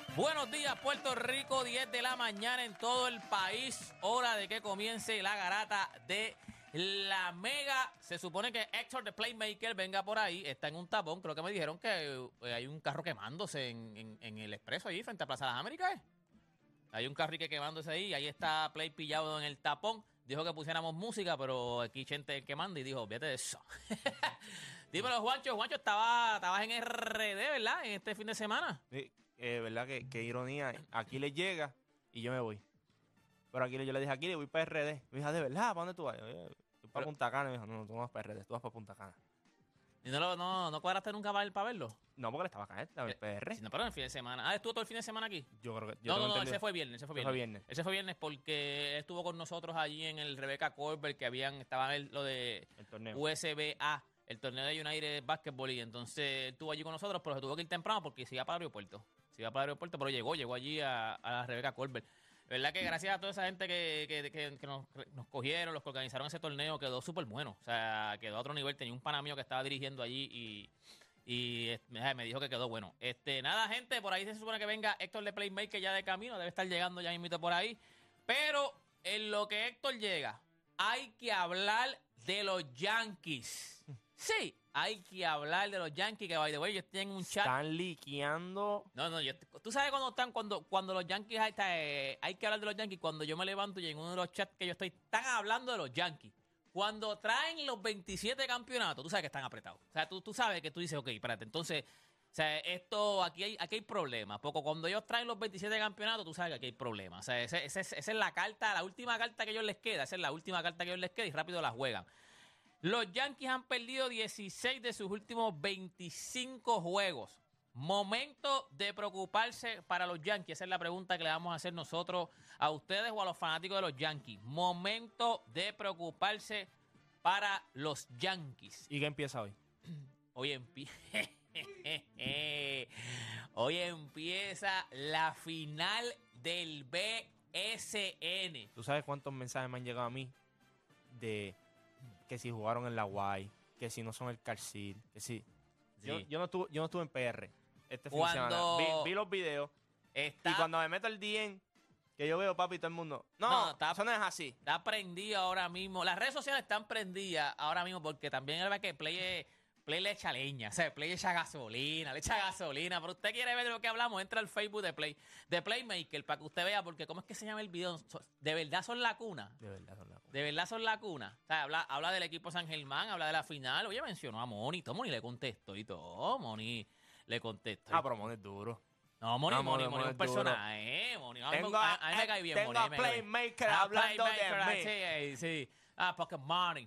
Buenos días, Puerto Rico, 10 de la mañana en todo el país. Hora de que comience la garata de la Mega. Se supone que Héctor de Playmaker venga por ahí. Está en un tapón. Creo que me dijeron que hay un carro quemándose en el expreso ahí frente a Plaza de las Américas. Hay un carro quemándose ahí. Ahí está Play pillado en el tapón. Dijo que pusiéramos música, pero aquí Chente que manda y dijo, fíjate de eso. Dímelo, Juancho. Juancho, estabas en RD, ¿verdad? En este fin de semana. Sí, verdad que ironía. Aquí le llega y yo me voy. Pero aquí yo le dije, aquí le voy para RD. Me dijo, ¿de verdad? ¿Para dónde tú vas? Yo, voy para Punta Cana. Me dijo, no, tú no vas para RD, tú vas para Punta Cana. ¿Y no cuadraste nunca para verlo? No, porque le estaba acá, estaba en el PR. Sí, no, pero en el fin de semana. ¿Estuvo todo el fin de semana aquí? Yo creo que... No, él se fue viernes. Él se fue viernes porque él estuvo con nosotros allí en el Rebecca Corbett, que estaba en lo de el torneo. USBA, el torneo de United Basketball, y entonces estuvo allí con nosotros, pero se tuvo que ir temprano porque se iba para el aeropuerto. Pero llegó allí a la Rebecca Corbett. La verdad que gracias a toda esa gente que nos cogieron, los que organizaron ese torneo, quedó súper bueno. O sea, quedó a otro nivel. Tenía un pana mío que estaba dirigiendo allí y me dijo que quedó bueno. Nada, gente, por ahí se supone que venga Héctor de Playmaker ya de camino. Debe estar llegando ya mismito por ahí. Pero en lo que Héctor llega, hay que hablar de los Yankees. Sí, hay que hablar de los Yankees, que by the way, yo estoy en un chat. Están liqueando. No, tú sabes cuando los Yankees, hay que hablar de los Yankees, cuando yo me levanto y en uno de los chats que yo estoy, están hablando de los Yankees. Cuando traen los 27 campeonatos, tú sabes que están apretados. O sea, tú sabes que tú dices, ok, espérate, entonces, o sea, aquí hay problemas. Porque cuando ellos traen los 27 campeonatos, tú sabes que aquí hay problemas. O sea, esa es la carta, la última carta que ellos les queda. Esa es la última carta que ellos les queda y rápido la juegan. Los Yankees han perdido 16 de sus últimos 25 juegos. Momento de preocuparse para los Yankees. Esa es la pregunta que le vamos a hacer nosotros a ustedes o a los fanáticos de los Yankees. Momento de preocuparse para los Yankees. ¿Y qué empieza hoy? Hoy empieza la final del BSN. ¿Tú sabes cuántos mensajes me han llegado a mí de que si jugaron en la Guay, que si no son el Carcil, que si... Sí. Yo no estuve en PR este fin de semana. Vi los videos y cuando me meto el DM, que yo veo, papi, todo el mundo... No, eso no es así. Está prendido ahora mismo. Las redes sociales están prendidas ahora mismo porque también es verdad que Play le echa leña, o sea, Play le echa gasolina, pero usted quiere ver de lo que hablamos, entra al Facebook de Playmaker para que usted vea, porque ¿cómo es que se llama el video? ¿De verdad son la cuna? De verdad son la cuna. O sea, habla del equipo San Germán, habla de la final. Oye, mencionó a Moni, Moni le contestó y todo, Moni le contestó. Ah, pero Moni es duro. No, Moni es un personaje, Moni. A mí me cae bien, Moni. Tengo a Playmaker hablando de mí. Sí. Ah, porque Money,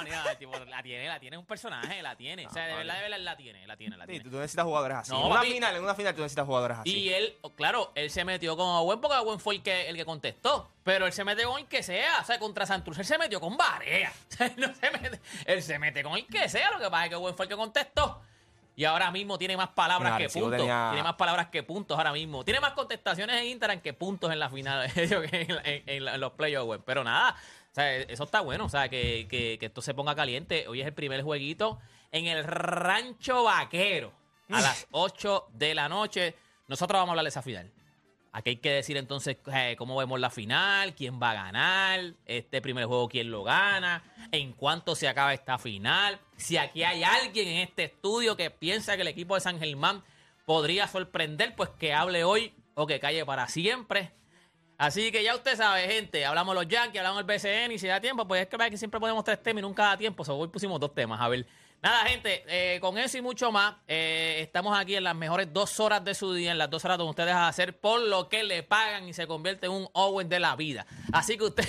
la tiene un personaje, la tiene. O sea, de verdad, la tiene. Sí, tú necesitas jugadores así. No, en una final tú necesitas jugadores así. Y él se metió con Owen porque Owen fue el que contestó. Pero él se mete con el que sea. O sea, contra Santurce él se metió con Barea. O sea, él se mete con el que sea. Lo que pasa es que Owen fue el que contestó. Y ahora mismo tiene más palabras que puntos. Tiene más palabras que puntos ahora mismo. Tiene más contestaciones en Instagram que puntos en la final, en los playoffs. Pero nada, o sea, eso está bueno. O sea, que esto se ponga caliente. Hoy es el primer jueguito en el Rancho Vaquero a las 8 de la noche. Nosotros vamos a hablar de esa final. Aquí hay que decir entonces cómo vemos la final, quién va a ganar, este primer juego quién lo gana, en cuánto se acaba esta final. Si aquí hay alguien en este estudio que piensa que el equipo de San Germán podría sorprender, pues que hable hoy o que calle para siempre. Así que ya usted sabe, gente, hablamos de los Yankees, hablamos del BCN y si da tiempo, pues es que siempre ponemos 3 temas y nunca da tiempo. Hoy pusimos 2 temas, a ver. Nada, gente, con eso y mucho más, estamos aquí en las mejores 2 horas de su día, en las 2 horas donde usted deja de hacer por lo que le pagan y se convierte en un Owen de la vida. Así que usted...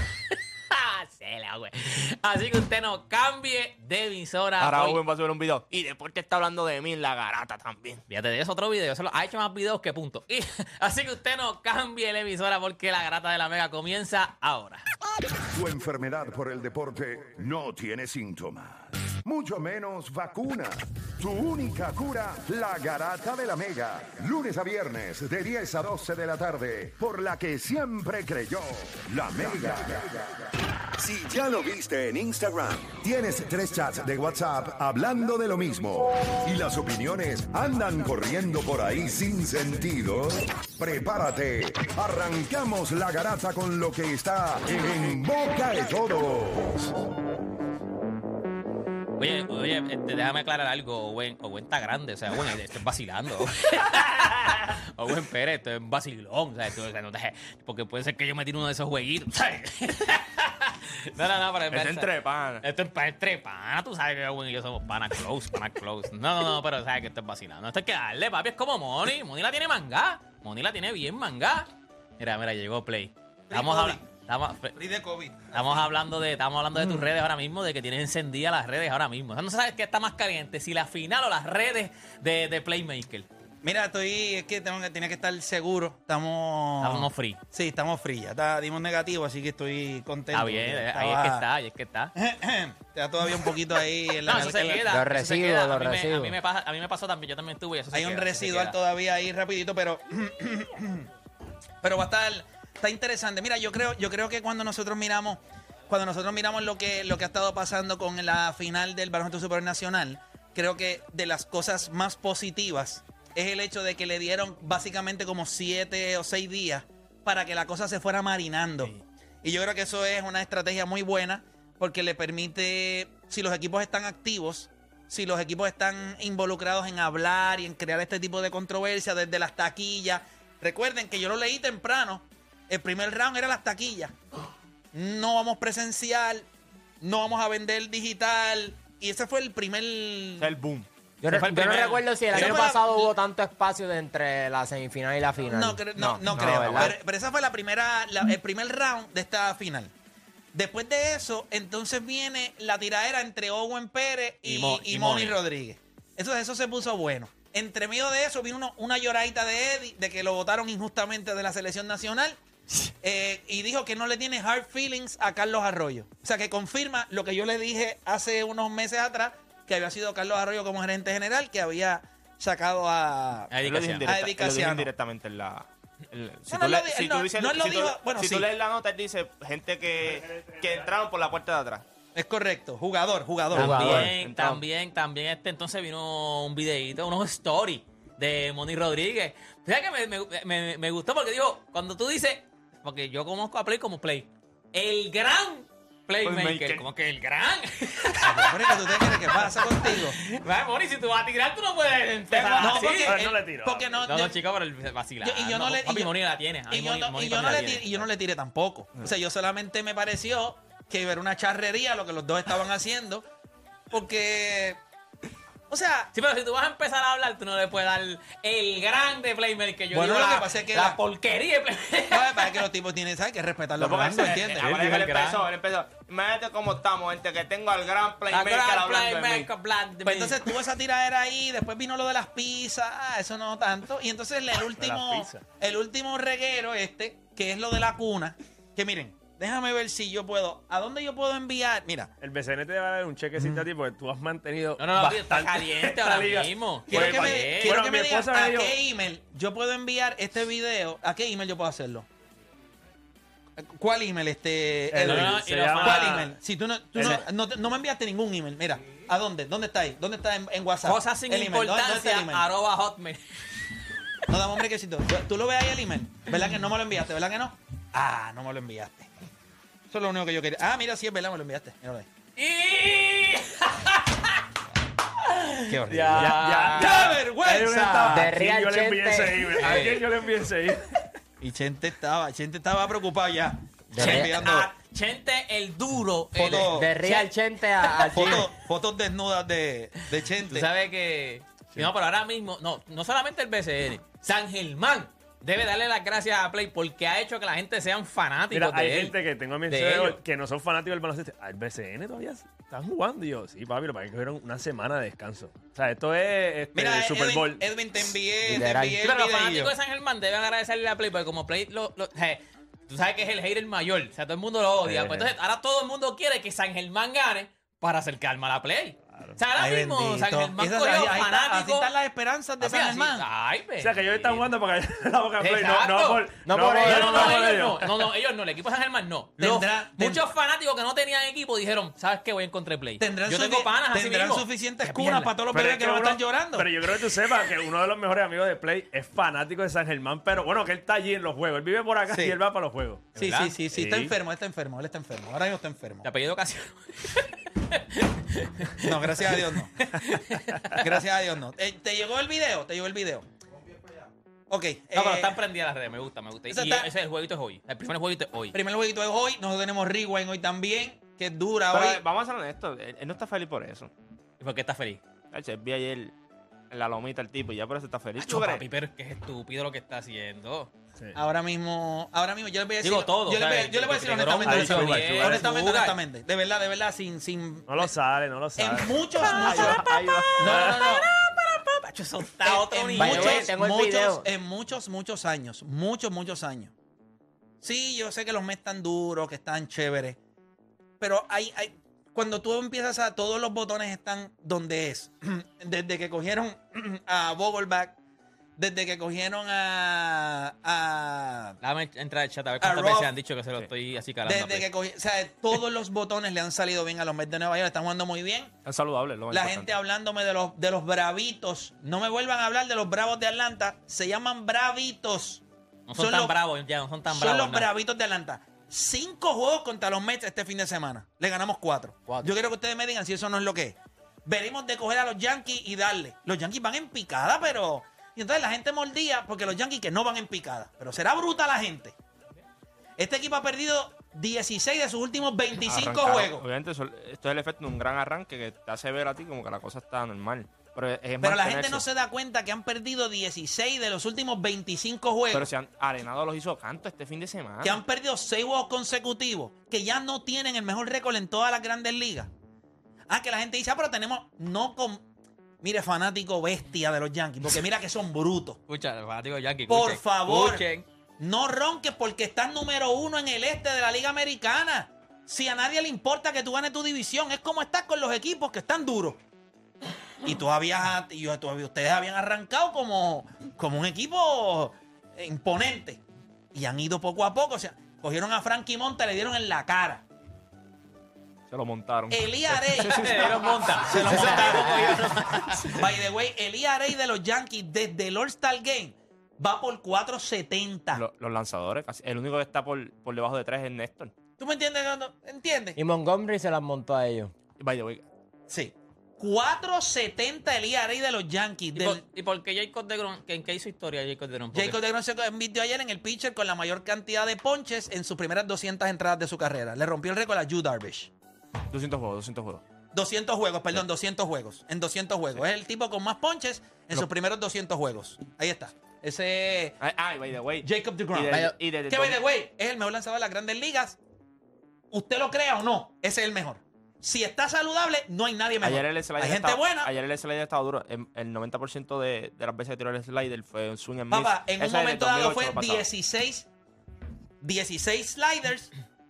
Así que usted no cambie de emisora. Ahora Owen va a subir un video. Y Deporte está hablando de mí en la garata también. Fíjate de eso, otro video. Ha hecho más videos que puntos. Así que usted no cambie la emisora porque la garata de la Mega comienza ahora. Tu enfermedad por el deporte no tiene síntomas, mucho menos vacuna. Tu única cura, la garata de la Mega. Lunes a viernes de 10 a 12 de la tarde, por la que siempre creyó, la Mega. Si ya lo viste en Instagram, tienes 3 chats de WhatsApp hablando de lo mismo y las opiniones andan corriendo por ahí sin sentido, prepárate. Arrancamos la garata con lo que está en boca de todos. Oye, déjame aclarar algo. Owen está grande, o sea, Owen, estoy vacilando. Owen Pérez, esto es vacilón, ¿sabes? Porque puede ser que yo me tire uno de esos jueguitos, ¿sabes? No, pero es entre pana. Esto es entre pana, tú sabes que Owen y yo somos pana close. No, pero sabes que esto es vacilando. Esto hay que darle, papi, es como Moni. Moni la tiene mangá. Moni la tiene bien mangá. Mira, llegó Play. Estamos hablando de tus redes ahora mismo, de que tienes encendidas las redes ahora mismo. O sea, no sabes qué está más caliente, si la final o las redes de Playmaker. Mira, es que tenía que estar seguro. Estamos free. Sí, estamos free. Ya dimos negativo, así que estoy contento. Está bien, ahí es que está. Está todavía un poquito ahí en la... No, eso se queda. Los residuos. A mí me pasó también, yo también tuve eso. Hay un residual todavía ahí rapidito, pero... pero va a estar... Está interesante. Mira, yo creo que cuando nosotros miramos lo que ha estado pasando con la final del Baloncesto Supernacional, creo que de las cosas más positivas es el hecho de que le dieron básicamente como 7 o 6 días para que la cosa se fuera marinando. Sí. Y yo creo que eso es una estrategia muy buena porque le permite, si los equipos están activos, si los equipos están involucrados en hablar y en crear este tipo de controversia desde las taquillas. Recuerden que yo lo leí temprano. El primer round era las taquillas. No vamos presencial, no vamos a vender digital. Y ese fue el primer... El boom. Yo no recuerdo si el año pasado hubo tanto espacio entre la semifinal y la final. No creo. Pero esa fue el primer round de esta final. Después de eso, entonces viene la tiradera entre Owen Pérez y Moni Rodríguez. Eso se puso bueno. Entre medio de eso vino una lloradita de Eddie de que lo votaron injustamente de la selección nacional. Y dijo que no le tiene hard feelings a Carlos Arroyo. O sea, que confirma lo que yo le dije hace unos meses atrás, que había sido Carlos Arroyo como gerente general, que había sacado a Eddie Casiano. Directamente en la... Si tú lees la nota, él dice gente que entraron por la puerta de atrás. Es correcto, jugador. También entonces vino un videito, unos stories de Moni Rodríguez. Fíjate que me gustó porque dijo, cuando tú dices, porque yo conozco a Play como Play, el gran Playmaker, como que el gran. Mónica, ¿tú te crees que pasa contigo? Moni, si tú vas a tirar, tú no puedes empezar. No, así. porque no le tiro. Porque no, chico, pero el vacilar. Moni la tiene. Y yo no le tiré tampoco. O sea, yo solamente me pareció que era una charrería lo que los dos estaban haciendo. Porque... O sea... Sí, pero si tú vas a empezar a hablar, tú no le puedes dar el grande Playmaker que yo bueno, digo. Lo que pasa es que la porquería de Playmaker. No, para que los tipos tienen, ¿sabes? Que respetar los randos, ¿entiendes? Él empezó. Imagínate cómo estamos, gente, que tengo al gran Playmaker hablando de mí. Pues entonces tuvo esa tiradera ahí, después vino lo de las pizzas, eso no tanto. Y entonces el último reguero que es lo de la cuna, que miren, déjame ver si yo puedo. ¿A dónde yo puedo enviar? Mira. El BCN te va a dar un chequecito a ti porque tú has mantenido. No, está caliente ahora mismo. Quiero que me digas a qué email yo puedo enviar este video. ¿A qué email yo puedo hacerlo? ¿Cuál email? ¿Cuál email? Si tú no me enviaste ningún email. Mira, ¿a dónde? ¿Dónde está ahí? ¿Dónde está en WhatsApp? Cosas sin importancia, @hotmail. No, dame un brequecito. Tú lo ves ahí el email. ¿Verdad que no me lo enviaste? ¿Verdad que no? Ah, no me lo enviaste. Eso es lo único que yo quería. Ah, mira, sí es verdad, me lo enviaste. Míralo ahí. Qué horrible. ¡Qué vergüenza! De Real yo le envié ese email. ¿A quién yo le envié ese email? Y Chente estaba preocupado ya. Chente el duro. De Real Chente a fotos desnudas de Chente. Tú sabes que... No, pero ahora mismo, no solamente el BCN, San Germán debe darle las gracias a Play porque ha hecho que la gente sean fanáticos. Mira, hay gente que tengo a mi que no son fanáticos del baloncesto. ¿El BCN todavía están jugando? Y yo, sí, papi, lo que tuvieron una semana de descanso. O sea, esto es mira, Super Bowl. Edwin, te envié el video. Los fanáticos de San Germán deben agradecerle a Play porque como Play tú sabes que es el hater mayor. O sea, todo el mundo lo odia. Pues entonces, ahora todo el mundo quiere que San Germán gane para hacer calma a la Play. O sea, ahora mismo San Germán cogió fanáticos. Así están las esperanzas de San Germán. O sea, que ellos están jugando para callar la boca de Play. No, ellos no. El equipo de San Germán no. Muchos fanáticos que no tenían equipo dijeron, ¿sabes qué? Voy a encontrar Play. Yo tengo panas así mismo. Tendrán suficientes curas para todos los bebés que no están llorando. Pero yo creo que tú sepas que uno de los mejores amigos de Play es fanático de San Germán, pero bueno, que él está allí en los juegos. Él vive por acá y él va para los juegos. Sí. Está enfermo. Él está enfermo. Ahora mismo está enfermo. ¿Te apellido Casio? No, gracias a Dios no. Gracias a Dios no. ¿Te llegó el video? Ok. No, pero están prendidas las redes. Me gusta. Y ese el jueguito es hoy. El primer jueguito es hoy. Primer jueguito es hoy. Nosotros tenemos Rewind hoy también, que es dura pero hoy. Vamos a ser honestos. Él no está feliz por eso. ¿Y por qué está feliz? Vi ayer en la lomita el tipo y ya por eso está feliz. Papi, pero es que es estúpido lo que está haciendo. Sí. Ahora mismo yo les voy a decir. Digo todo. Yo les voy a decir honestamente. De verdad, sin. No lo sale. En muchos. Eso está a otro nivel. En muchos años. Muchos años. Sí, yo sé que los Mets están duros, que están chéveres. Pero cuando tú empiezas todos los botones están donde es. Desde que cogieron a Vogelbach, desde que cogieron Déjame entrar al chat a ver cuántas veces han dicho que se lo estoy así calando. Desde que cogieron, o sea, todos los botones le han salido bien a los Mets de Nueva York. Están jugando muy bien. Es saludable. La gente hablándome de los bravitos. No me vuelvan a hablar de los bravos de Atlanta. Se llaman bravitos. No son tan bravos, ya no son tan bravos. Son los bravitos de Atlanta. 5 juegos contra los Mets este fin de semana. Le ganamos 4. Yo quiero que ustedes me digan si eso no es lo que es. Venimos de coger a los Yankees y darle. Los Yankees van en picada, pero... Y entonces la gente mordía porque los Yankees que no van en picada. Pero será bruta la gente. Este equipo ha perdido 16 de sus últimos 25 juegos. Obviamente esto es el efecto de un gran arranque que te hace ver a ti como que la cosa está normal. Pero la gente no se da cuenta que han perdido 16 de los últimos 25 juegos. Pero se han arenado los hizo canto este fin de semana. Que han perdido 6 juegos consecutivos. Que ya no tienen el mejor récord en todas las grandes ligas. Que la gente dice, pero tenemos... Mire, fanático bestia de los Yankees. Porque mira que son brutos. Escucha, fanático de Yankees. Por favor, no ronques porque estás número 1 en el este de la Liga Americana. Si a nadie le importa que tú ganes tu división, es como estás con los equipos que están duros. Y ustedes habían arrancado como un equipo imponente. Y han ido poco a poco. O sea, cogieron a Frankie Monta y le dieron en la cara. Se lo montaron. Elías Arey. Se lo montaron. By the way, Elías Arey de los Yankees desde el All-Star Game va por 4.70. Los lanzadores. El único que está por debajo de 3 es Néstor. ¿Tú me entiendes? ¿Entiendes? Y Montgomery se las montó a ellos. By the way. Sí. 4.70 Elías Arey de los Yankees. ¿Y por qué Jacob deGrom? ¿En qué hizo historia Jacob deGrom? Jacob deGrom se convirtió ayer en el pitcher con la mayor cantidad de ponches en sus primeras 200 entradas de su carrera. Le rompió el récord a Yu Darvish. 200 juegos. 200 juegos. En 200 juegos. Es el tipo con más ponches en sus primeros 200 juegos. Ahí está. Ese... by the way. Jacob deGrom. Que, by the way, es el mejor lanzador de las grandes ligas. Usted lo crea o no, ese es el mejor. Si está saludable, no hay nadie mejor. Hay gente buena. Ayer el slider estaba duro. El 90% de las veces que tiró el slider fue un swing and miss. Papá, en un momento dado fue 16 sliders,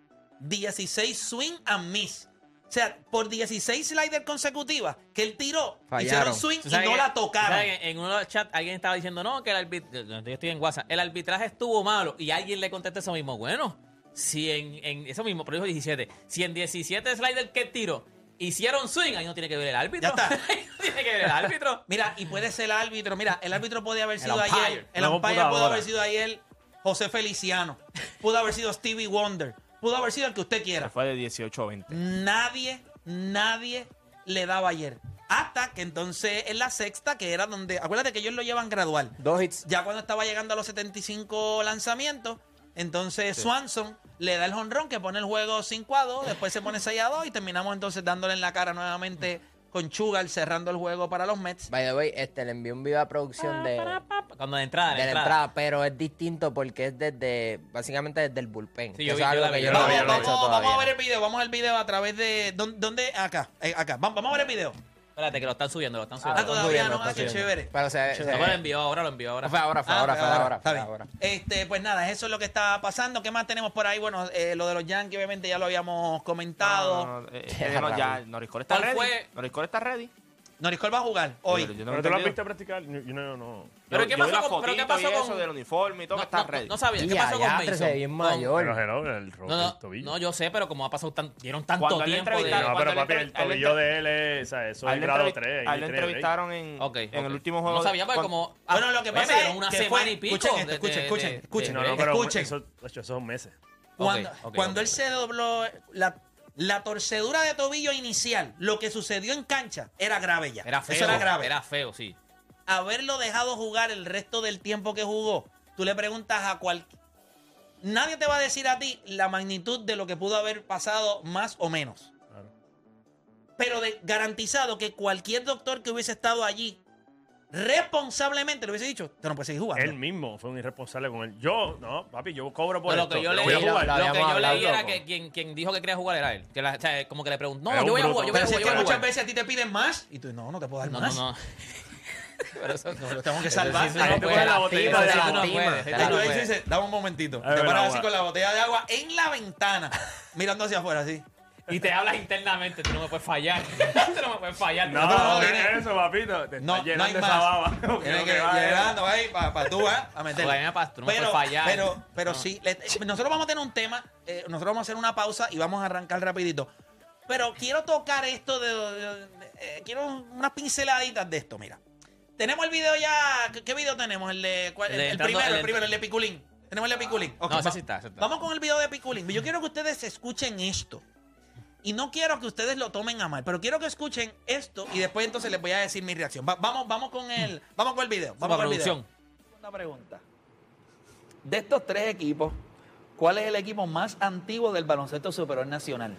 16 swing and miss. O sea, por 16 sliders consecutivas que él tiró, hicieron swing y no la tocaron. En uno de los chats alguien estaba diciendo, no, que el arbitraje, yo estoy en WhatsApp, el arbitraje estuvo malo. Y alguien le contesta eso mismo. Bueno, si en eso mismo, pero dijo 17, si en 17 sliders que tiró hicieron swing, ahí no tiene que ver el árbitro. Ya está. Ahí no tiene que ver el árbitro. Mira, y puede ser el árbitro. Mira, el árbitro podía haber sido ayer. El umpire pudo haber sido ayer José Feliciano. Pudo haber sido Stevie Wonder. Pudo haber sido el que usted quiera. Fue de 18-20. Nadie le daba ayer. Hasta que entonces en la sexta, que era donde... Acuérdate que ellos lo llevan gradual. 2 hits. Ya cuando estaba llegando a los 75 lanzamientos, entonces Swanson le da el jonrón que pone el juego 5-2, después se pone 6-2 y terminamos entonces dándole en la cara nuevamente con Sugar cerrando el juego para los Mets. By the way, le envié un video a producción de cuando de entrada, la entrada, pero es distinto porque es básicamente desde el bullpen. Sí, yo vamos a ver el video, vamos al video a través de ¿dónde? Acá. Vamos a ver el video. Espérate, que lo están subiendo. Ah, todavía no, qué chévere. Pero No, lo envió ahora. Fue ahora. Está bien. Pues nada, eso es lo que está pasando. ¿Qué más tenemos por ahí? Bueno, lo de los Yankees, obviamente, ya lo habíamos comentado. Ya, Norris Cole está ready. Norris Cole está ready. Norris Cole va a jugar hoy. ¿Pero tú lo has visto practicar? No. ¿Pero qué pasó con eso del uniforme y todo, que está ready? No sabía. ¿Qué pasó con Mason? Se ve bien mayor. Pero el tobillo. No, yo sé, pero como ha pasado dieron tanto Cuando tiempo No, pero papi, el tobillo de él es, eso es grado 3. A él le entrevistaron en el último juego. No sabía, porque como... Bueno, lo que pasa es una que semana y pico. Escuchen. No, pero esos son meses. Cuando él se dobló la torcedura de tobillo inicial, lo que sucedió en cancha era grave ya. Era feo. Eso era grave. Era feo, sí. Haberlo dejado jugar el resto del tiempo que jugó, tú le preguntas a cualquier... Nadie te va a decir a ti la magnitud de lo que pudo haber pasado más o menos. Claro. Pero garantizado que cualquier doctor que hubiese estado allí responsablemente le hubiese dicho, tú no puedes seguir jugando. Él mismo fue un irresponsable con él. Yo cobro por Pero esto. lo que yo leí, era que quien dijo que quería jugar era él. O sea, como que le preguntó, no, yo voy a jugar, Pero si es que muchas veces a ti te piden más y tú, no te puedo dar más. No. Pero eso no lo tengo que salvar. No te pones la botella. No puedes. Dice, dame un momentito. Ay, Te paras agua. así con la botella de agua en la ventana, mirando hacia afuera, así. Y te hablas internamente, tú no me puedes fallar. Tú no me puedes fallar. No, tiene- eso, papito. Te No, está no hay llenando más. esa baba. Tienes que llegando ahí para tú, a meterle. Tú no me puedes fallar. Pero sí, nosotros vamos a tener un tema, nosotros vamos a hacer una pausa y vamos a arrancar rapidito. Pero quiero tocar esto quiero unas pinceladitas de esto, mira. Tenemos el video ya, ¿qué video tenemos? El primero, el de Piculín. Tenemos el de Piculín. Ok, No, ese sí está. Vamos con el video de Piculín. Yo quiero que ustedes escuchen esto. Y no quiero que ustedes lo tomen a mal, pero quiero que escuchen esto y después entonces les voy a decir mi reacción. Vamos con el video. Vamos con el video. Una pregunta. De estos tres equipos, ¿cuál es el equipo más antiguo del baloncesto superior nacional?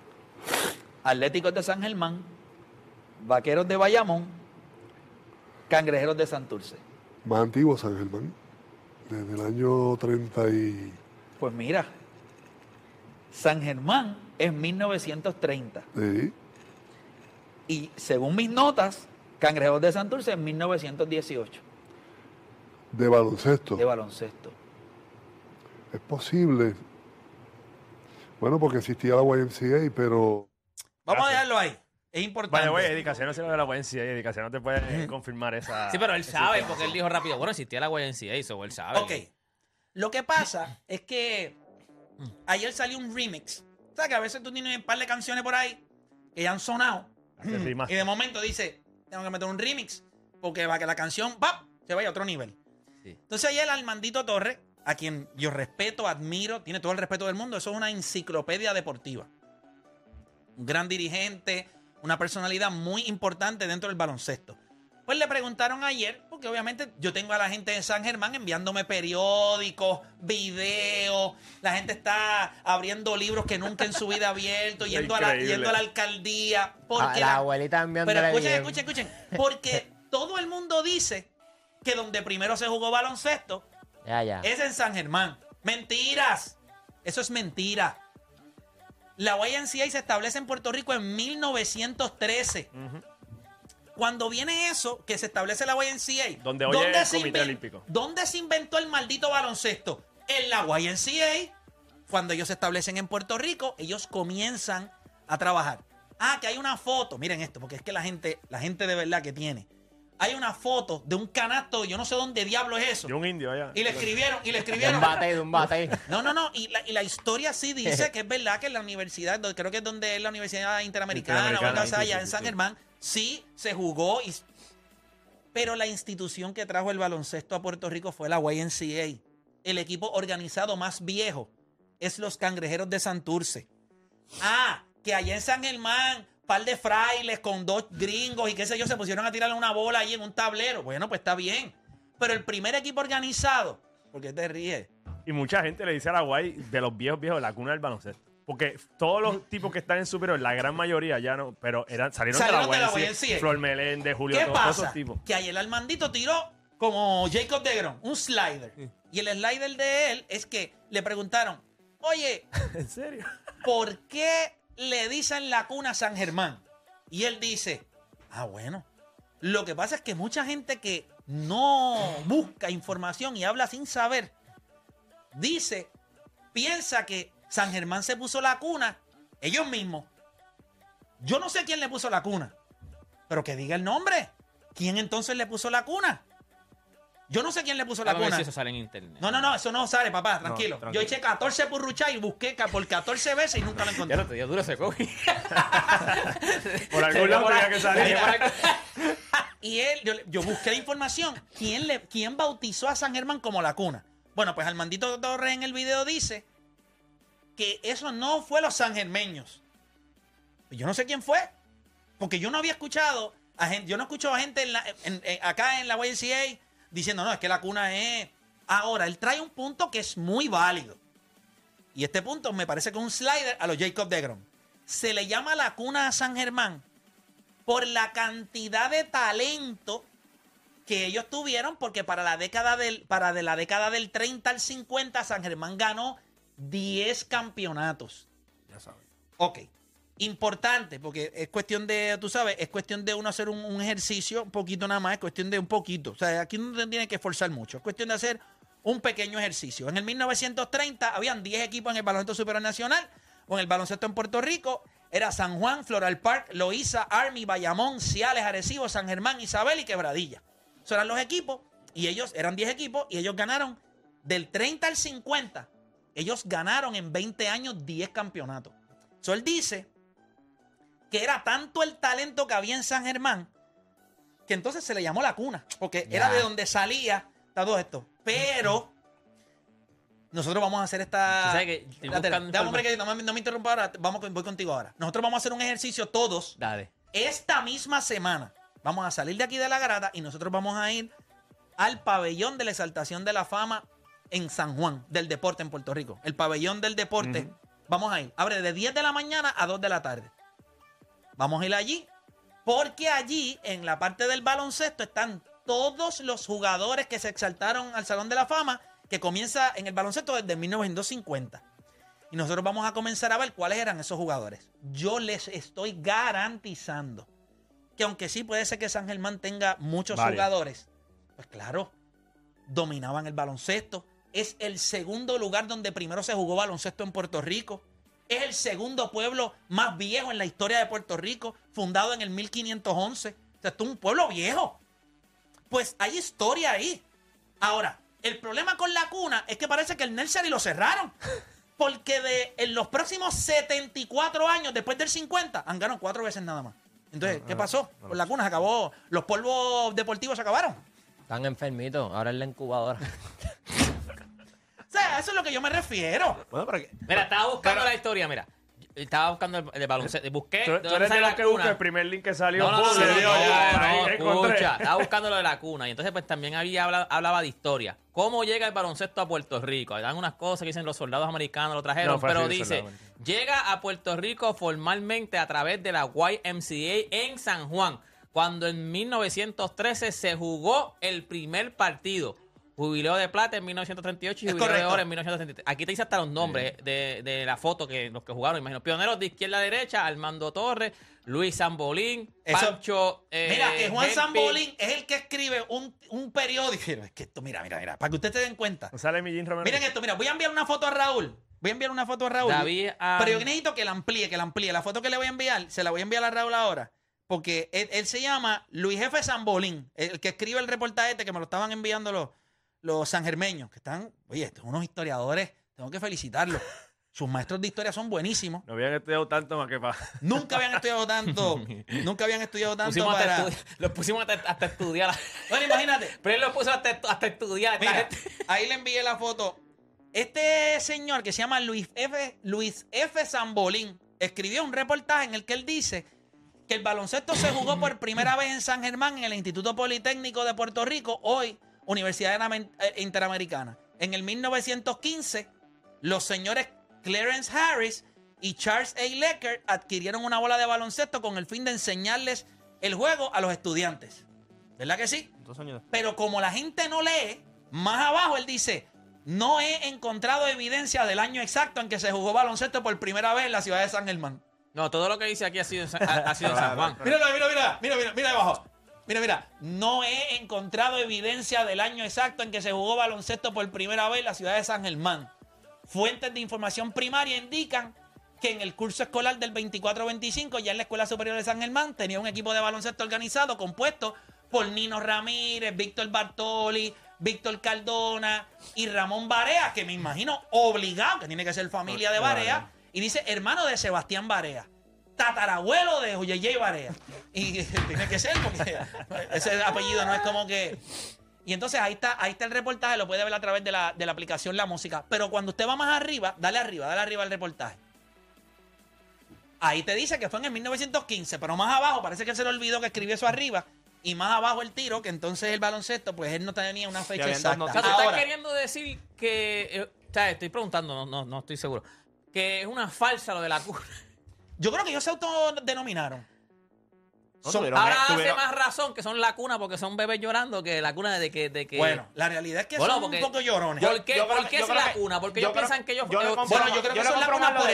Atléticos de San Germán, Vaqueros de Bayamón, Cangrejeros de Santurce. Más antiguo San Germán, desde el año 30 y... Pues mira, San Germán es 1930. Sí. Y según mis notas, Cangrejeros de Santurce es 1918. De baloncesto. De baloncesto. Es posible. Bueno, porque existía la YMCA, pero... Vamos a dejarlo ahí. Es importante. Vaya, güey, Edicación no se lo de la YMCA. Edicación no te puede confirmar esa... Sí, pero él sabe, porque él dijo rápido, bueno, existía la YMCA, eso él sabe. Ok. Lo que pasa es que ayer salió un remix. O sea, que a veces tú tienes un par de canciones por ahí que ya han sonado. Y de momento dice, tengo que meter un remix porque va que la canción se vaya a otro nivel. Sí. Entonces ayer Armandito Torres, a quien yo respeto, admiro, tiene todo el respeto del mundo, eso es una enciclopedia deportiva. Un gran dirigente, una personalidad muy importante dentro del baloncesto. Pues le preguntaron ayer, porque obviamente yo tengo a la gente de San Germán enviándome periódicos, videos, la gente está abriendo libros que nunca en su vida ha abierto, yendo a la alcaldía. Porque la abuelita enviándole. Pero escuchen, porque todo el mundo dice que donde primero se jugó baloncesto Ya. es en San Germán. ¡Mentiras! Eso es mentira. La YMCA se establece en Puerto Rico en 1913. Cuando viene eso, que se establece la YMCA, Donde hoy es el Comité Olímpico. ¿Dónde se inventó el maldito baloncesto? En la YMCA. Cuando ellos se establecen en Puerto Rico, ellos comienzan a trabajar. Que hay una foto. Miren esto, porque es que la gente de verdad que tiene. Hay una foto de un canasto, yo no sé dónde diablo es eso. De un indio allá. Y le escribieron. De un bate. No. Y la historia sí dice que es verdad que en la universidad, creo que es donde es la Universidad Interamericana o algo así, allá en San Germán, sí se jugó. Pero la institución que trajo el baloncesto a Puerto Rico fue la YMCA. El equipo organizado más viejo es los Cangrejeros de Santurce. Que allá en San Germán, par de frailes con dos gringos y qué sé yo, se pusieron a tirarle una bola ahí en un tablero. Bueno, pues está bien. Pero el primer equipo organizado, ¿por qué te ríes? Y mucha gente le dice a la Guay de los viejos, la cuna del baloncesto. Porque todos los tipos que están en superior, la gran mayoría ya no, pero salieron de la YMCA. Flor Meléndez, Julio, ¿Qué todos pasa? esos tipos. Que ayer el Armandito tiró como Jacob DeGrom, un slider. Y el slider de él es que le preguntaron, oye, ¿En serio? ¿por qué le dicen la cuna San Germán? Y él dice, Ah, bueno. Lo que pasa es que mucha gente que no busca información y habla sin saber, piensa que San Germán se puso la cuna ellos mismos. Yo no sé quién le puso la cuna, pero que diga el nombre. ¿Quién entonces le puso la cuna? Yo no sé quién le puso la cuna. A ver si eso sale en internet. No, eso no sale, papá, tranquilo. Yo eché 14 purruchas y busqué por 14 veces y nunca lo encontré. Ya no te dio duro ese COVID. Por algún lado tenía que salir. Y yo busqué la información. ¿Quién bautizó a San Germán como la cuna? Bueno, pues Armandito Torres en el video dice que eso no fue los sangermeños. Yo no sé quién fue, porque yo no había escuchado a gente, yo no escucho a gente acá en la YMCA diciendo, no, es que la cuna es... Ahora, él trae un punto que es muy válido. Y este punto me parece que es un slider a los Jacob deGrom. Se le llama la cuna a San Germán por la cantidad de talento que ellos tuvieron, porque para la década del 30 al 50, San Germán ganó 10 campeonatos. Ya sabes. Ok. Importante, porque es cuestión de, tú sabes, es cuestión de uno hacer un ejercicio, un poquito nada más, es cuestión de un poquito. O sea, aquí no tiene que esforzar mucho, es cuestión de hacer un pequeño ejercicio. En el 1930 habían 10 equipos en el baloncesto superior nacional, o en el baloncesto en Puerto Rico. Era San Juan, Floral Park, Loíza, Army, Bayamón, Ciales, Arecibo, San Germán, Isabel y Quebradilla. Esos eran los equipos, y ellos eran 10 equipos, y ellos ganaron del 30 al 50. Ellos ganaron en 20 años 10 campeonatos. So, él dice que era tanto el talento que había en San Germán que entonces se le llamó la cuna, porque era de donde salía todo esto. Pero nosotros vamos a hacer esta... No me interrumpa ahora, voy contigo ahora. Nosotros vamos a hacer un ejercicio todos. Dale. Esta misma semana vamos a salir de aquí de la garata y nosotros vamos a ir al pabellón de la Exaltación de la Fama en San Juan, del deporte en Puerto Rico. El pabellón del deporte. Vamos a ir. Abre de 10 de la mañana a 2 de la tarde. Vamos a ir allí, porque allí, en la parte del baloncesto, están todos los jugadores que se exaltaron al Salón de la Fama, que comienza en el baloncesto desde 1950. Y nosotros vamos a comenzar a ver cuáles eran esos jugadores. Yo les estoy garantizando que aunque sí puede ser que San Germán tenga muchos jugadores, pues claro, dominaban el baloncesto. Es el segundo lugar donde primero se jugó baloncesto en Puerto Rico. Es el segundo pueblo más viejo en la historia de Puerto Rico, fundado en el 1511. O sea, esto es un pueblo viejo. Pues hay historia ahí. Ahora, el problema con la cuna es que parece que el nursery lo cerraron. Porque en los próximos 74 años, después del 50, han ganado 4 veces nada más. Entonces, ¿qué pasó? Con la cuna se acabó. Los polvos deportivos se acabaron. Están enfermitos. Ahora es la incubadora. O sea, eso es lo que yo me refiero. Bueno, pero Mira, estaba buscando la historia, mira. Estaba buscando el baloncesto. Busqué. Tú eres de los que busca el primer link que salió. Escucha. Estaba buscando lo de la cuna. Y entonces, pues también hablaba de historia. ¿Cómo llega el baloncesto a Puerto Rico? Hay unas cosas que dicen los soldados americanos lo trajeron, pero dice: llega a Puerto Rico formalmente a través de la YMCA en San Juan, cuando en 1913 se jugó el primer partido. Jubileo de plata en 1938 y jubileo de oro en 1933. Aquí te dice hasta los nombres de la foto que los que jugaron, imagino. Pioneros de izquierda a derecha, Armando Torres, Luis Zambolín, Pancho... mira, que Juan Zambolín es el que escribe un periódico. Es que esto, mira, para que ustedes se den cuenta. ¿No sale Millín Romero? Miren esto, mira, voy a enviar una foto a Raúl. David, pero yo necesito que la amplíe. La foto que le voy a enviar, se la voy a enviar a Raúl ahora. Porque él se llama Luis Jefe Zambolín, el que escribe el reportaje que me lo estaban enviando los sangermeños, que están, oye, estos son unos historiadores, tengo que felicitarlos. Sus maestros de historia son buenísimos. No habían estudiado tanto más que para... Nunca habían estudiado tanto. Los pusimos hasta estudiar. Bueno, imagínate. Pero él los puso hasta estudiar. Mira, ahí le envié la foto. Este señor que se llama Luis F. Zambolín escribió un reportaje en el que él dice que el baloncesto se jugó por primera vez en San Germán, en el Instituto Politécnico de Puerto Rico, hoy Universidad Interamericana. En el 1915, los señores Clarence Harris y Charles A. Lecker adquirieron una bola de baloncesto con el fin de enseñarles el juego a los estudiantes. ¿Verdad que sí? Pero como la gente no lee, más abajo él dice: no he encontrado evidencia del año exacto en que se jugó baloncesto por primera vez en la ciudad de San Germán. No, todo lo que dice aquí ha sido en San Juan. Mira abajo. Mira. No he encontrado evidencia del año exacto en que se jugó baloncesto por primera vez en la ciudad de San Germán. Fuentes de información primaria indican que en el curso escolar del 24-25, ya en la Escuela Superior de San Germán, tenía un equipo de baloncesto organizado compuesto por Nino Ramírez, Víctor Bartoli, Víctor Cardona y Ramón Barea, que me imagino obligado, que tiene que ser familia de Barea, y dice hermano de Sebastián Barea, tatarabuelo de J.J. Barea. Y tiene que ser porque ese apellido no es como que... Y entonces ahí está el reportaje, lo puede ver a través de la aplicación La Música. Pero cuando usted va más arriba, dale arriba al reportaje. Ahí te dice que fue en el 1915, pero más abajo, parece que se le olvidó que escribió eso arriba. Y más abajo el tiro, que entonces el baloncesto, pues él no tenía una fecha exacta. O sea, tú estás queriendo decir que... o sea, estoy preguntando, no estoy seguro. Que es una falsa lo de la cuna. Yo creo que ellos se autodenominaron. Ahora hace más razón que son la cuna porque son bebés llorando que la cuna de que... Bueno, la realidad es que son un poco llorones. ¿Por qué es la cuna? Porque ellos piensan que ellos... yo creo que son la cuna por el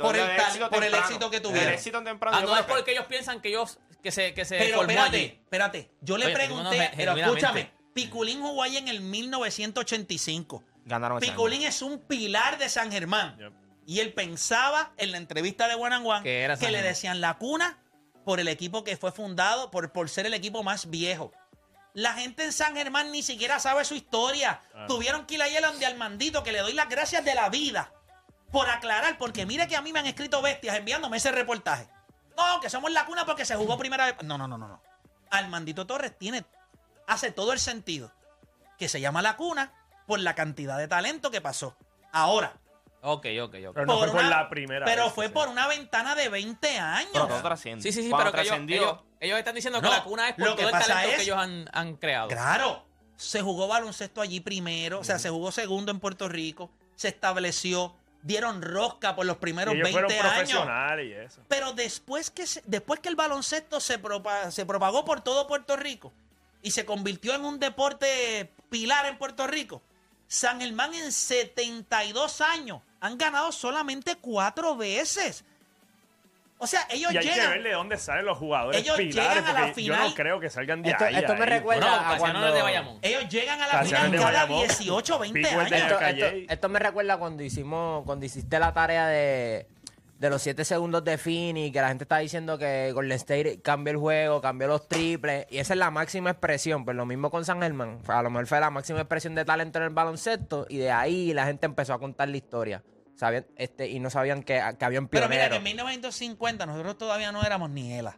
éxito que tuvieron. El éxito temprano. No es porque ellos piensan que ellos... que se pero formó espérate. Yo le pregunté, pero escúchame, Piculín jugó ahí en el 1985. Ganaron Piculín es un pilar de San Germán. Yep. Y él pensaba en la entrevista de One and One que le decían la cuna por el equipo que fue fundado, por ser el equipo más viejo. La gente en San Germán ni siquiera sabe su historia. Tuvieron que ir a donde Armandito, que le doy las gracias de la vida por aclarar, porque mire que a mí me han escrito bestias enviándome ese reportaje. No, que somos la cuna porque se jugó primera vez. No. Armandito Torres hace todo el sentido. Que se llama la cuna por la cantidad de talento que pasó. Ahora. Ok. Pero no fue por la primera vez. Pero fue por una ventana de 20 años. Pero todo trasciende. Sí, pero que ellos están diciendo que la cuna es por todo el talento que ellos han creado. Claro. Se jugó baloncesto allí primero. O sea, se jugó segundo en Puerto Rico. Se estableció. Dieron rosca por los primeros 20 años. Profesionales y eso. Pero después que el baloncesto se propagó por todo Puerto Rico y se convirtió en un deporte pilar en Puerto Rico, San Germán en 72 años han ganado solamente 4 veces. O sea, ellos llegan... Y hay que ver de dónde salen los jugadores ellos pilares, llegan a la final. Yo no creo que salgan de ahí. Esto me recuerda a cuando... de Bayamón. Ellos llegan a la final cada 18, 20 años. Esto me recuerda cuando hiciste la tarea de los 7 segundos de Fini, que la gente está diciendo que Golden State cambió el juego, cambió los triples, y esa es la máxima expresión. Pues lo mismo con San Germán. A lo mejor fue la máxima expresión de talento en el baloncesto, y de ahí la gente empezó a contar la historia. Sabían, y no sabían que habían pioneros. Pero mira, que en 1950 nosotros todavía no éramos ni ELA.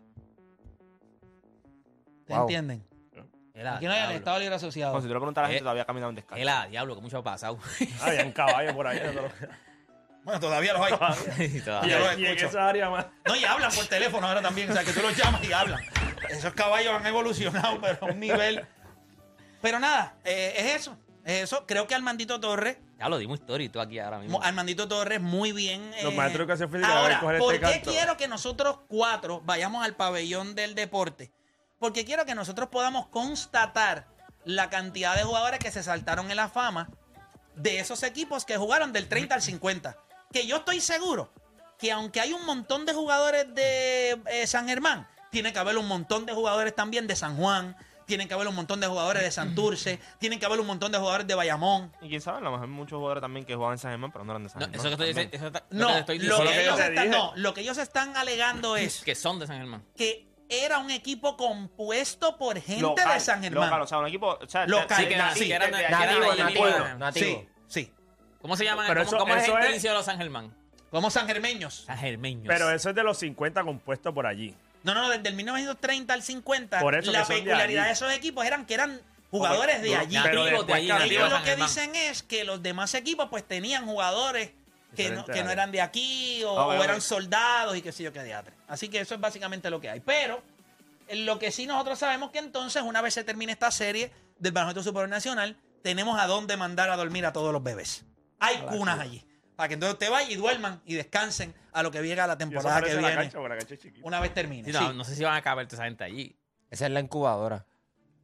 ¿Te entienden? Aquí no hay el Estado Libre Asociado. Como si tú le preguntas a la gente, todavía caminaban descalzo. ELA, diablo, que mucho ha pasado. Había un caballo por ahí. Bueno, todavía los hay. Y en esa área más. No, y hablan por teléfono ahora también. O sea, que tú los llamas y hablan. Esos caballos han evolucionado, pero a un nivel... Pero nada, es eso. Creo que Armandito Torres... Ya lo dimos historia y tú aquí ahora mismo. Armandito Torres, muy bien. Los maestros de educación física ahora, coger ¿por qué quiero que nosotros 4 vayamos al pabellón del deporte? Porque quiero que nosotros podamos constatar la cantidad de jugadores que se saltaron en la fama de esos equipos que jugaron del 30 al 50. Que yo estoy seguro que aunque hay un montón de jugadores de San Germán, tiene que haber un montón de jugadores también de San Juan, tienen que haber un montón de jugadores de Santurce, tienen que haber un montón de jugadores de Bayamón. Y quién sabe, a lo mejor hay muchos jugadores también que juegan en San Germán, pero no eran de San Germán. Eso que estoy diciendo. Lo que ellos están alegando es que son de San Germán. Que era un equipo compuesto por gente local, de San Germán. Local, o sea, un equipo... O sea, local, que eran nativo. Sí. ¿Cómo se llaman? ¿Cómo es el gentilicio de los San Germán? Como sangermeños. Sangermeños. Pero eso es de los 50 compuesto por allí. No, desde el 1930 al 50, por eso la peculiaridad de esos equipos eran que eran jugadores de allí. Nativos de allí. Ellos lo que dicen es que los demás equipos pues tenían jugadores que no eran de aquí o eran soldados y qué sé yo qué diatre. Así que eso es básicamente lo que hay. Pero lo que sí nosotros sabemos que entonces una vez se termine esta serie del baloncesto superior nacional, tenemos a dónde mandar a dormir a todos los bebés. Hay cunas allí. Para que entonces usted vaya y duerman y descansen a lo que llega la temporada que viene. Cancha, una vez termine. Sí, no sé si van a caber toda esa gente allí. Esa es la incubadora.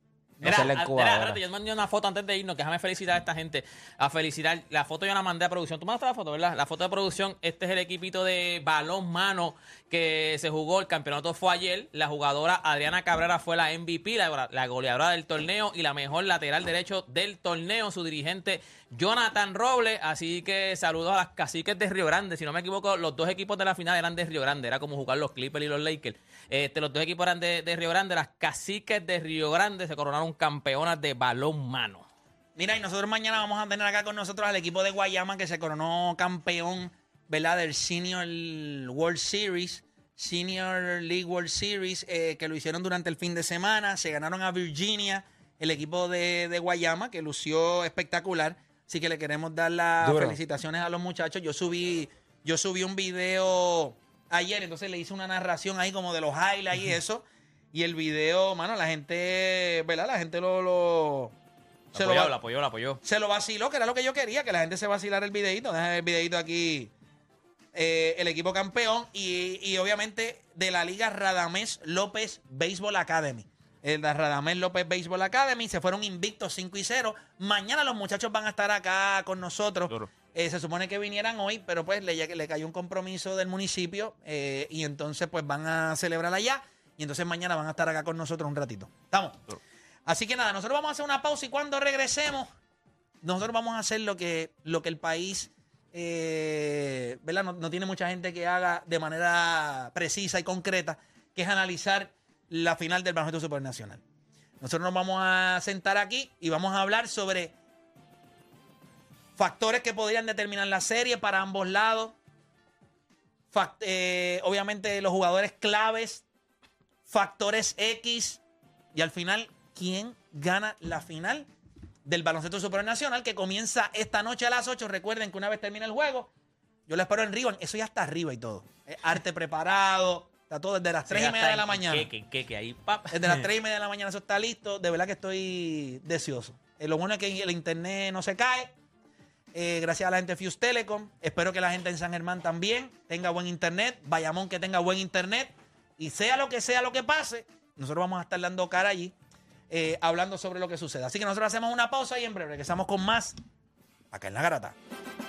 Yo mandé una foto antes de irnos, que déjame felicitar a esta gente. La foto yo la mandé a producción. ¿Tú mandaste la foto, verdad? La foto de producción, este es el equipito de balón mano que se jugó. El campeonato fue ayer. La jugadora Adriana Cabrera fue la MVP, la goleadora del torneo y la mejor lateral derecho del torneo. Su dirigente Jonathan Robles. Así que saludos a las caciques de Río Grande. Si no me equivoco, los dos equipos de la final eran de Río Grande. Era como jugar los Clippers y los Lakers. Los dos equipos eran de Río Grande. Las caciques de Río Grande se coronaron campeonas de balón mano. Mira, y nosotros mañana vamos a tener acá con nosotros al equipo de Guayama que se coronó campeón, ¿verdad? Del Senior World Series, Senior League World Series, que lo hicieron durante el fin de semana. Se ganaron a Virginia, el equipo de Guayama, que lució espectacular. Así que le queremos dar las felicitaciones a los muchachos. Yo subí un video ayer, entonces le hice una narración ahí como de los highlights y eso. Y el video, mano, la gente, ¿verdad? La gente lo apoyó. Se lo vaciló, que era lo que yo quería, que la gente se vacilara el videito. Deja el videito aquí, el equipo campeón. Y obviamente de la Liga Radamés López Baseball Academy. La Radamés López Baseball Academy. Se fueron invictos 5-0. Mañana los muchachos van a estar acá con nosotros. Se supone que vinieran hoy, pero pues le cayó un compromiso del municipio. Y entonces pues van a celebrar allá. Y entonces mañana van a estar acá con nosotros un ratito. ¿Estamos? Así que nada, nosotros vamos a hacer una pausa y cuando regresemos, nosotros vamos a hacer lo que el país, ¿verdad? No tiene mucha gente que haga de manera precisa y concreta, que es analizar la final del baloncesto supernacional. Nosotros nos vamos a sentar aquí y vamos a hablar sobre factores que podrían determinar la serie para ambos lados. Obviamente los jugadores claves, factores X y al final, ¿quién gana la final del baloncesto supernacional que comienza esta noche a las 8? Recuerden que una vez termine el juego, yo lo espero en Río. Eso ya está arriba y todo. Arte preparado, está todo desde las 3:30 de la mañana. Desde las 3:30 de la mañana eso está listo. De verdad que estoy deseoso. Lo bueno es que el internet no se cae. Gracias a la gente de Fuse Telecom. Espero que la gente en San Germán también tenga buen internet. Bayamón que tenga buen internet. Y sea lo que pase, nosotros vamos a estar dando cara allí, hablando sobre lo que suceda. Así que nosotros hacemos una pausa y en breve regresamos con más acá en La Garata.